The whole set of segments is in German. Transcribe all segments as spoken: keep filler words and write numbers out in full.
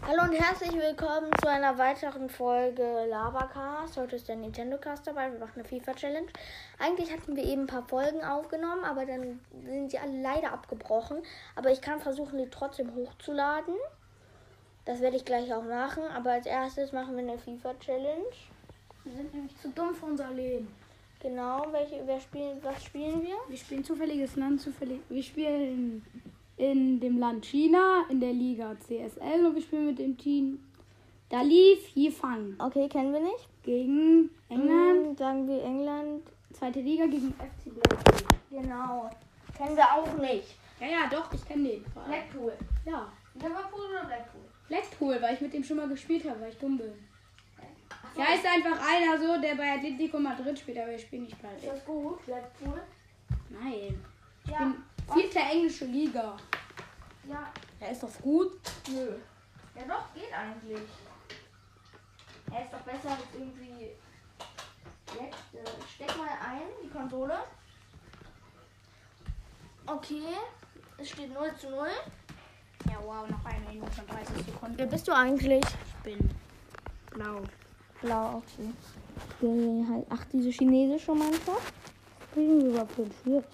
Hallo und herzlich willkommen zu einer weiteren Folge Labercast. Heute ist der Nintendo Cast dabei. Wir machen eine FIFA Challenge. Eigentlich hatten wir eben ein paar Folgen aufgenommen, aber dann sind sie alle leider abgebrochen. Aber ich kann versuchen, die trotzdem hochzuladen. Das werde ich gleich auch machen. Aber als erstes machen wir eine FIFA Challenge. Wir sind nämlich zu dumm für unser Leben. Genau, welche, wer spielen, was spielen wir? Wir spielen zufälliges Land, zufällig. Wir spielen in dem Land China, in der Liga C S L und wir spielen mit dem Team Dalif Yifang Okay, kennen wir nicht. gegen England, Hm, sagen wir England. zweite Liga gegen F C Blackpool. Genau. Kennen wir auch nicht. Ja, ja, doch, ich kenne den. Blackpool. Ja, Liverpool oder Blackpool? Blackpool, weil ich mit dem schon mal gespielt habe, weil ich dumm bin. Ja, ist einfach einer so, der bei Atletico Madrid spielt, aber ich spiele nicht bei Ist das gut, Blackpool? Nein. Ich Ja. bin vierte englische Liga. Ja. Ja, ist das gut? Nö. Ja doch, geht eigentlich. Er ist doch besser als irgendwie. Jetzt äh, steck mal ein, die Konsole. Okay. Es steht null zu null. Ja, wow, noch eine Minute und dreißig Sekunden. Wer bist du eigentlich? Ich bin blau. Blau, okay. Ich bin halt, ach, diese chinesische Mannschaft. Kriegen wir überhaupt für ein Spiel?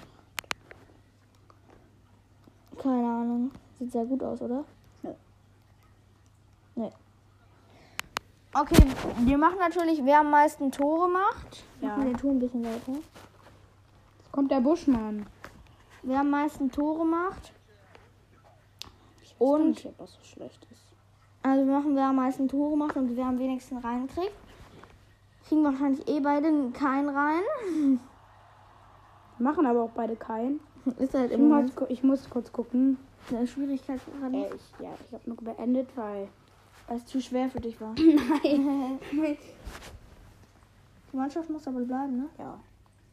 Keine Ahnung. Sieht sehr gut aus, oder? Nö. Nee. Okay, wir machen natürlich, wer am meisten Tore macht. Ja. Machen wir den Ton ein bisschen weiter. Jetzt kommt der Buschmann. Wer am meisten Tore macht. Ich weiß Und- nicht, ob das so schlecht ist. Also wir machen, wer am meisten Tore macht und wer am wenigsten reinkriegt. Kriegen wahrscheinlich eh beide keinen rein. Wir machen aber auch beide keinen. Ist halt Ich, immer muss, gu- ich muss kurz gucken. eine Schwierigkeit gerade. Äh, ich, ja, ich habe nur beendet, weil... Weil es zu schwer für dich war. Nein. Die Mannschaft muss aber bleiben, ne? Ja.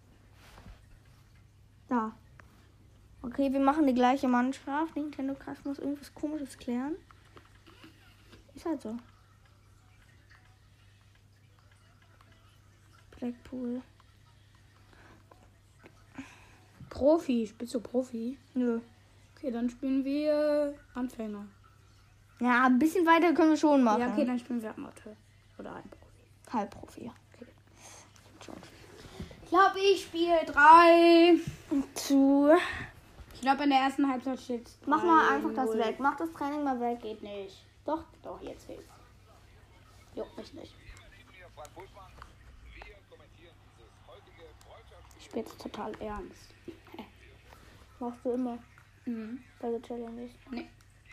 Da. Okay, wir machen die gleiche Mannschaft. Nintendo Cast muss irgendwas Komisches klären. Ist halt so. Blackpool. Profi. Bist du Profi? Nö. Okay, dann spielen wir Anfänger. Ja, ein bisschen weiter können wir schon machen. Ja, okay, dann spielen wir Amateur. Oder ein Profi. Halbprofi. Okay. Ich glaube, ich spiele drei. Zu. Ich glaube, in der ersten Halbzeit steht Mach mal einfach das weg. Mach das Training mal weg. Geht nicht. Doch. Doch, jetzt hilft. Juckt mich nicht. Ich spiele jetzt total ernst. Machst du immer Mhm. bei der Challenge. Nee.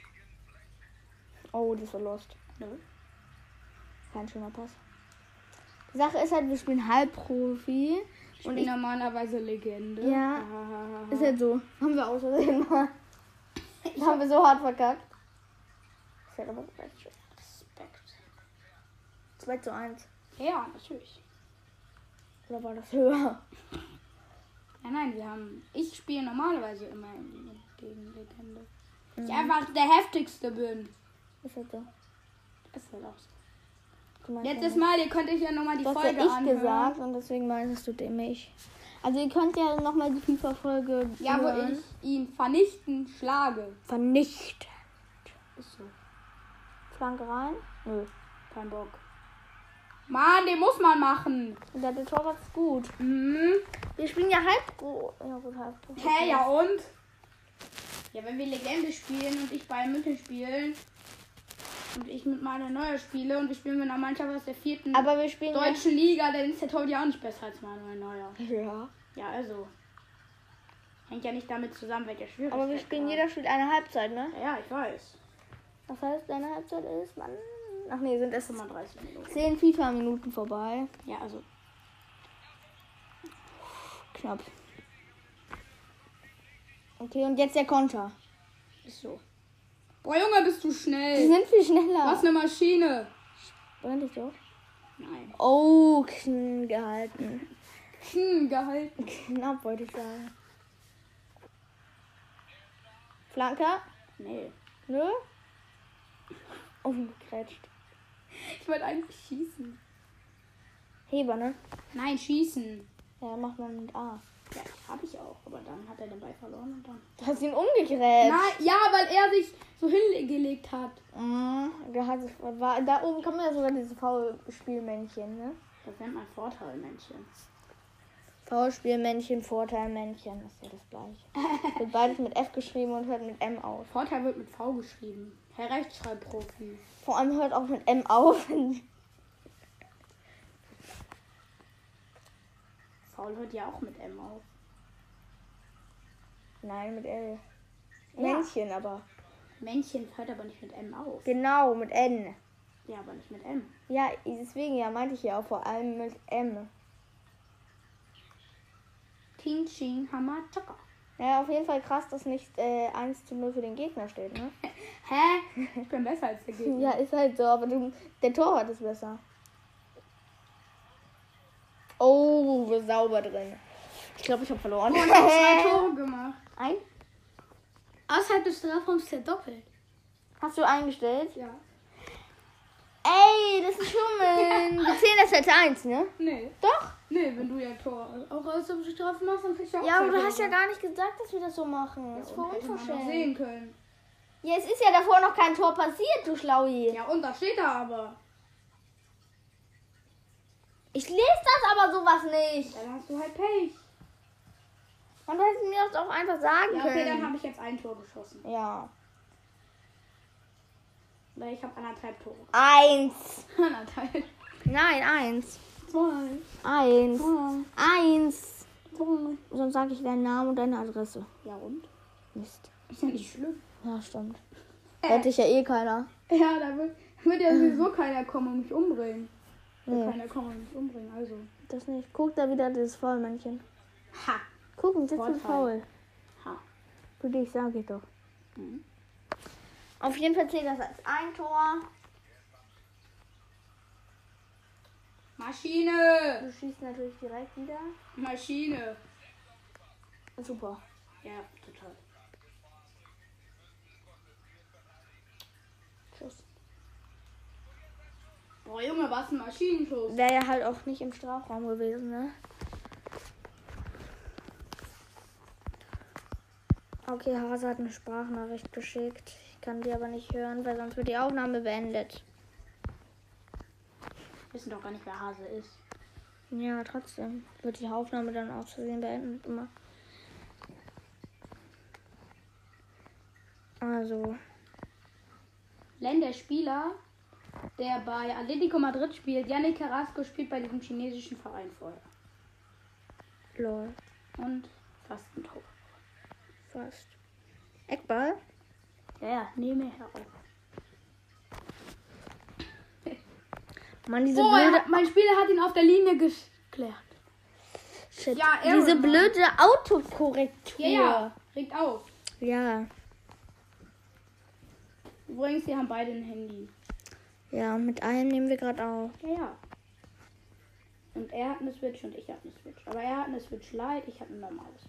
Oh, das war lost. Nö. Kein schöner Pass. Die Sache ist halt, wir spielen Halbprofi. Ich Und bin ich, normalerweise Legende. Ja. Ahahaha. ist halt so. Haben wir aus Versehen mal. Das haben wir so hart verkackt. Ist halt aber recht schön. Respekt. zwei zu eins. Ja, natürlich. Oder war das höher? Nein, nein, wir haben. Ich spiele normalerweise immer gegen Legende. Mhm. Ich einfach der heftigste bin. Ist halt so. Ist halt auch so. Du meinst Letztes ja Mal, ihr könnt euch ja nochmal die nicht. Das Folge habe ich anhören. gesagt und deswegen meinst du dem mich. Also ihr könnt ja nochmal die FIFA-Folge Ja, wo hören. ich ihn vernichtend schlage. Vernicht. Ist so. Flanke rein? Nö. Kein Bock. Mann, den muss man machen. Und der, der Torwart ist gut. Mhm. Wir spielen ja halb. Oh, ja gut, halb. Hä, ja und? Ja, wenn wir Legende spielen und ich bei München spielen und ich mit Manuel Neuer spiele und wir spielen mit einer Mannschaft aus der vierten Aber wir spielen deutschen Liga, dann ist der Torwart ja auch nicht besser als Manuel Neuer. ja. Ja. Ja, also. Hängt ja nicht damit zusammen, welcher Schwierigkeit. Aber wir spielen, jeder spielt eine Halbzeit, ne? Ja, ja, ich weiß. Das heißt, deine Halbzeit ist, Mann. Ach nee, sind es fünfunddreißig Minuten. zehn FIFA-Minuten vorbei. Ja, also. Knapp. Okay, und jetzt der Konter. Ist so. Boah, Junge, bist du Die schnell. sind viel schneller. Was eine Maschine. Brennt dich doch? Nein. Oh, kn gehalten. Hm, gehalten. Knapp, wollte ich sagen. Flanke? Nee. Nö? Umgekrätscht. Ich wollte eigentlich schießen. Heber, ne? Nein, schießen. Ja, macht man mit A. Ja, habe ich auch. Aber dann hat er den Ball verloren und dann. Du hast ihn umgegrätscht. Nein, ja, weil er sich so hingelegt hat. Mhm. Der hat, war, da oben kann man ja sogar diese Foulspielmännchen, ne? Das nennt man Vorteilmännchen. Foulspielmännchen, Vorteilmännchen, das ist ja das gleiche. Wird beides mit F geschrieben und hört mit M auf. Vorteil wird mit V geschrieben. Herr Rechtschreibprofi. Vor allem hört auch mit M auf. Faul hört ja auch mit M auf. Nein, mit L. Ja. Männchen aber. Männchen hört aber nicht mit M auf. Genau, mit N. Ja, aber nicht mit M. Ja, deswegen ja, meinte ich ja auch vor allem mit M. Ting, Ching, Hammer, Chaka. Naja, auf jeden Fall krass, dass nicht äh, eins zu null für den Gegner steht, ne? Hä? Ich bin besser als der Gegner. Ja, ist halt so, aber du, der Torwart ist besser. Oh, wir sauber drin. Ich glaube, ich habe verloren. Oh, ich habe zwei Tore gemacht. Ein? Außerhalb des Strafraums zerdoppelt. Hast du eingestellt? Ja. Ey, das ist Schummeln. Wir zählen das als eins, ne? Nee. Doch? Nee, wenn du ja Tor auch außerhalb des Strafraums machst, dann kriegst du auch Ja, aber zwei du hast ja Tore. gar nicht gesagt, dass wir das so machen. Das ist voll Und hätte man noch unverschämt. sehen können. Ja, es ist ja davor noch kein Tor passiert, du Schlaui. Ja, und da steht er aber. Ich lese das aber sowas nicht. Dann hast du halt Pech. Man hätte mir das auch einfach sagen Ja, okay, können. dann habe ich jetzt ein Tor geschossen. Ja. Weil ich habe anderthalb Tore. Eins. Anderthalb. Nein, eins. Zwei. Eins. Zwei. Eins. Zwei. Sonst sage ich deinen Namen und deine Adresse. Ja und? Mist. Ist ja nicht schlimm. Ja, stimmt. Hätte ich ja eh keiner. Ja, da wird, wird ja sowieso keiner kommen und mich umbringen. Nee, Keiner kommen und mich umbringen, also. das nicht. Guck da wieder dieses Faulmännchen. Ha. Guck, jetzt ist Vorteil. faul. Ha. Für dich sage ich doch. Mhm. Auf jeden Fall zählt das als ein Tor. Maschine. Du schießt natürlich direkt wieder. Maschine. Super. Ja, total. Schuss. Boah, Junge, was ein Maschinenschuss. Wäre ja halt auch nicht im Strafraum gewesen, ne? Okay, Hase hat eine Sprachnachricht geschickt. Ich kann die aber nicht hören, weil sonst wird die Aufnahme beendet. Wir wissen doch gar nicht, wer Hase ist. Ja, trotzdem wird die Aufnahme dann aus Versehen beendet immer. Also, Länderspieler, der bei Atletico Madrid spielt. Yannick Carrasco spielt bei diesem chinesischen Verein vorher. lol. Und fast ein Tor. Fast. Eckball? Ja, ja, nehme her auf. Mann, diese Oh, blöde... er hat, mein Spieler hat ihn auf der Linie geklärt. Shit. Ja, Aaron, diese Mann. blöde Autokorrektur. Ja, ja, regt auf. Ja. Übrigens, wir haben beide ein Handy. Ja, mit einem nehmen wir gerade auf. Ja, ja. Und er hat eine Switch und ich habe eine Switch. Aber er hat eine Switch Lite, ich habe eine normale Switch.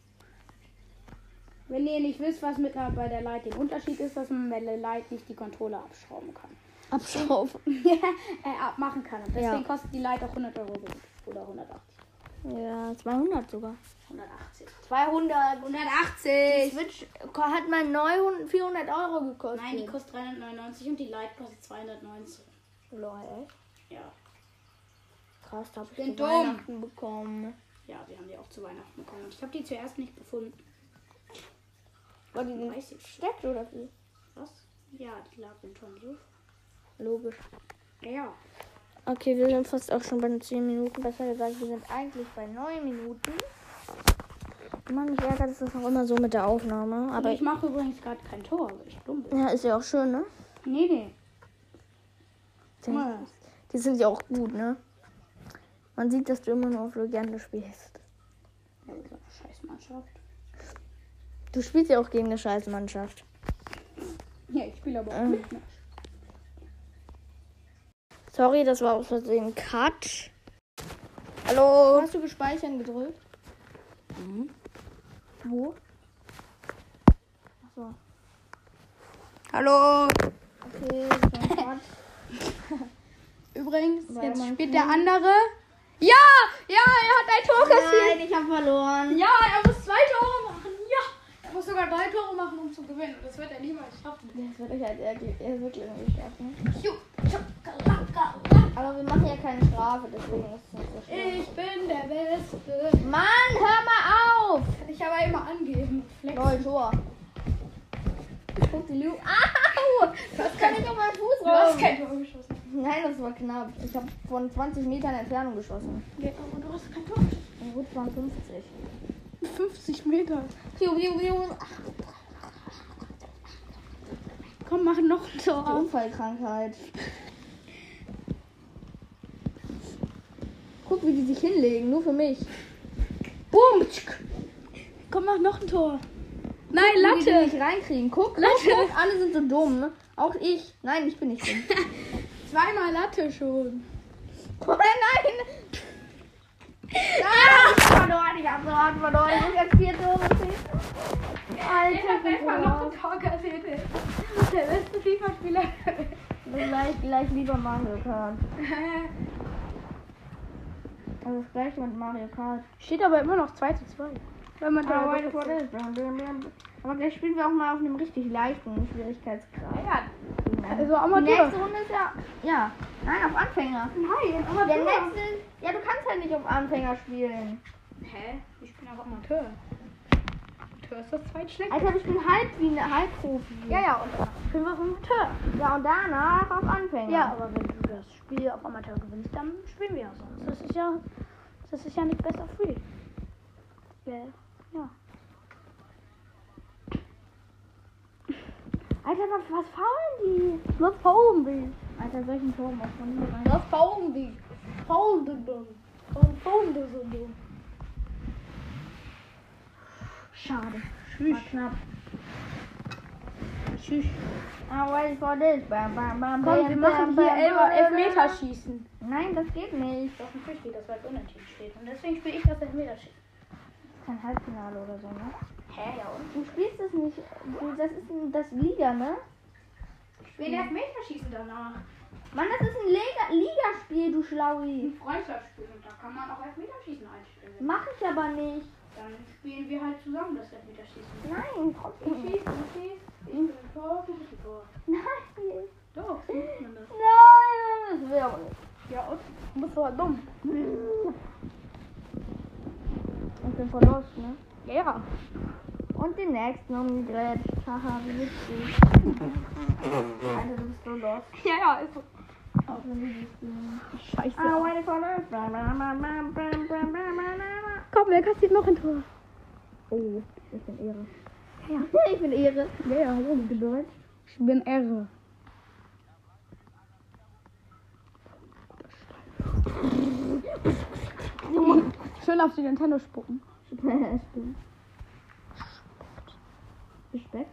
Wenn ihr nicht wisst, was mit einer, bei der Lite der Unterschied ist, dass man bei der Lite nicht die Controller abschrauben kann. Abschrauben. Ja, äh, abmachen kann. Und deswegen Ja. kostet die Lite auch hundert Euro oder hundertachtzig. Ja, zweihundert sogar. hundertachtzig. zweihundert. hundertachtzig! Switch hat mal neu vierhundert Euro gekostet. Nein, die kostet dreihundertneunundneunzig und die Lite kostet zweihundertneunzehn. Lol, echt? Ja. Krass, da hab ich Bin zu dumm. Weihnachten bekommen. Ja, wir haben die auch zu Weihnachten bekommen. Und ich habe die zuerst nicht gefunden. War die denn Weiß ich. versteckt oder wie? Was? Ja, die lag im Sofa. Logisch. Ja. Okay, wir sind fast auch schon bei den zehn Minuten. Besser gesagt, wir sind eigentlich bei neun Minuten. Mann, mich ärgert es auch immer so mit der Aufnahme. Aber Aber ich mache übrigens gerade kein Tor, weil ich dumm bin. ja, ist ja auch schön, ne? Nee, nee. Die, Ja. die sind ja auch gut, ne? Man sieht, dass du immer nur auf Legende spielst. Ja, so eine scheiß Mannschaft. Du spielst ja auch gegen eine scheiß Mannschaft. Ja, ich spiele aber auch Ähm. mit. Ne? Sorry, das war aus Versehen Cut. Hallo? Hast du gespeichert gedrückt? Mhm. Wo? Achso. Hallo! Okay, das war Cut. Übrigens, Weil jetzt man spielt kann- der andere. Ja! Ja, er hat ein Tor kassiert! Nein, ich habe verloren. Ja, er muss zwei Tore machen. Ja! Er muss sogar drei Tore machen, um zu gewinnen. Und das wird er niemals schaffen. Das wird euch halt er, er wirklich irgendwie schaffen. Ju, Aber wir machen ja keine Strafe, deswegen ist es nicht so schlimm. ich bin der Beste. Mann, hör mal auf! Kann ich aber immer angeben. Flex. Lol, Tor. Guck die Lu. Au! Das kann ich auf meinen Fuß Du hast rum. kein Tor geschossen. Nein, das war knapp. Ich habe von zwanzig Metern Entfernung geschossen. Ja, aber du hast kein Tor geschossen. Na gut, es waren fünfzig. fünfzig Meter. Piu, piu, piu. Komm, mach noch ein Tor. Unfallkrankheit. Guck, wie die sich hinlegen, nur für mich. Boom! Komm, mach noch ein Tor. Nein, Wie die Latte. nicht reinkriegen. Guck, guck, Latte. guck, alle sind so dumm, ne? Auch ich. Nein, ich bin nicht dumm. Zweimal Latte schon. Oh nein! Ah, ich hab verloren, ich hab so hart verloren. Ich muss jetzt vier Tore schießen. Alter, Ich hab bin einfach so noch raus. ein Tor kassiert. Der beste FIFA-Spieler. Gleich, gleich lieber Mario Kart. Also das gleiche mit Mario Kart. Steht aber immer noch zwei zu zwei. Wenn man da Aber, heute vor das. Aber gleich spielen wir auch mal auf einem richtig leichten Schwierigkeitsgrad. ja, also Die Amateur. nächste Runde ist ja. Ja. Nein, auf Anfänger. Nein, Der Amateur. nächste. Ja, du kannst halt nicht auf Anfänger spielen. Hä? Ich bin aber Amateur. Amateur ist das zweitschlechteste. Alter, ich bin halb wie eine Halbprofi. Ja, ja, und danach spielen wir auf Amateur. Ja, und danach auf Anfänger. Ja, aber wenn du das Spiel auf Amateur gewinnst, dann spielen wir ja sonst. Das ist ja, das ist ja nicht besser free. Ja. ja. Alter, was, was faulen die? Was faulen die? Alter, solchen Tor muss man nie rein. Was faulen die? Faulen die denn? Warum faulen die so dumm? Schade. Tschüss. War knapp. Tschüss. Ah, wait for this. Bam, bam, bam, Komm, bam, wir bam, machen hier bam, elf bam, Elfmeterschießen. Nein, das geht nicht. Doch, natürlich geht das, weil es unentschieden steht. Und deswegen spiele ich das Elfmeterschießen. Kein Halbfinale oder so, ne? Hä, ja und? Du spielst es nicht. Du, das ist ein, das Liga, ne? Ich spiele Elfmeterschießen danach. Mann, das ist ein Liga Ligaspiel, du Schlaui. Ein Freundschaftsspiel und da kann man auch Elfmeterschießen einstellen. Mach ich aber nicht. Dann spielen wir halt zusammen das Elfmeterschießen. Nein, Ich trotzdem schieße, nicht. ich schieße, ich bin im Tor, du bist im Tor. Nein. Doch, so macht man das. Nein, das will aber nicht. Ja und? Du bist aber dumm. Ich bin voll los, ne? Ja, ja. Und den nächsten umgedreht. Haha, wie witzig. Alter, du bist so los. Ja, ja, ist so. Auch wenn du das spielen. Scheiße. Ah, wait for this. Bam, bam, bam, bam, bam, bam, bam, bam. Komm, wer kassiert noch ein Tor? Oh, ich bin Ehre. Ja. Ich bin Ehre. Ja, ja, hallo, du Deutsch. Ich bin Ehre. Schön auf die Nintendo spucken. Stimmt. Respekt.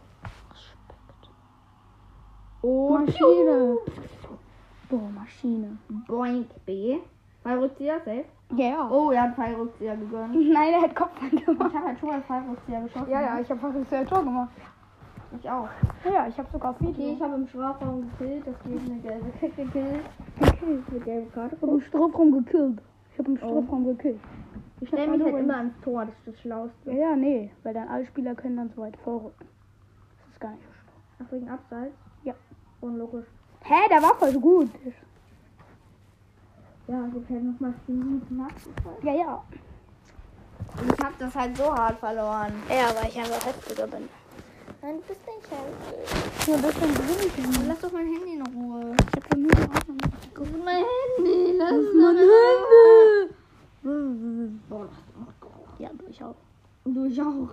Oh, Maschine. Boah, Maschine. Boink B. Fallrückzieher, safe. Ja, ja. Oh, er hat Fallrückzieher gegönnt. Nein, er hat Kopfball Ich gemacht. habe halt schon mal Fallrückzieher geschossen. Ja, ja, ich habe fast ein Tor gemacht. Ich auch. Ja, ja, ich habe sogar Okay, Video. ich habe im Strafraum gekillt. Das geht eine gelbe Kicke gekillt. Okay. Eine gelbe Karte. Ich habe im Strafraum gekillt. Ich habe im Oh. Strafraum gekillt. Ich stelle mich halt immer ans Tor. Das ist das Schlauste. Ja, ja, nee, weil dann alle Spieler können dann so weit vorrücken. Das ist gar nicht so schlau. Ach, wegen Abseits? Ja. Unlogisch. Hä, der war voll gut. Ja, gibt halt nochmal zehn Minuten Nachspielzeit. Ja, ja. Und ich habe das halt so hart verloren. Ja, weil ich einfach heftiger bin. Nein, du bist nicht heftig. Ja, deswegen gewinne ich ja. Lass doch mein Handy in Ruhe. Ich hab ja nur die Ordnung. Guck mal mein Handy. Lass Mein Handy. Boah, ja, du ich auch. Du ich auch.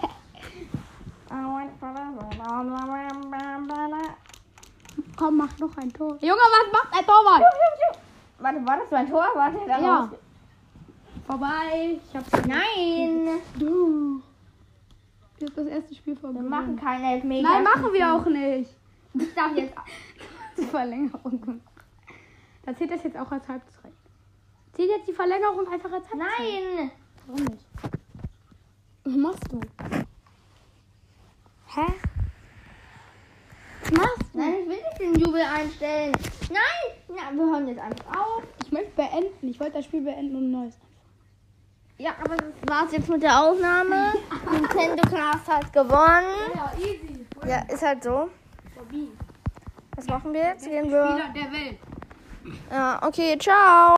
Komm, mach noch ein Tor. Junge, was macht ein Torwart? Warte, war das mein Tor? Warte, da Ja. raus. Vorbei. Ich hab's. Nein. Du. Das ist das erste Spiel vorbei. Wir machen keine Elfmeter. Nein, machen wir auch nicht. Ich darf jetzt. Die Verlängerung gemacht. Da zählt das jetzt auch als Halbzeit. Zählt jetzt die Verlängerung einfach als Halbzeit? Nein. Warum nicht? Was machst du? Hä? Was machst du? Nein, ich will nicht den Jubel einstellen. Nein. Na, wir hören jetzt einfach auf. Ich möchte beenden. Ich wollte das Spiel beenden und ein neues. Ja, aber das war's jetzt mit der Aufnahme. Nintendo Cast hat gewonnen. Ja, easy. Ja, ist halt so. Vorbei. Was machen wir jetzt? Der Gehen beste wir. Spieler der Welt. Ja, okay, ciao.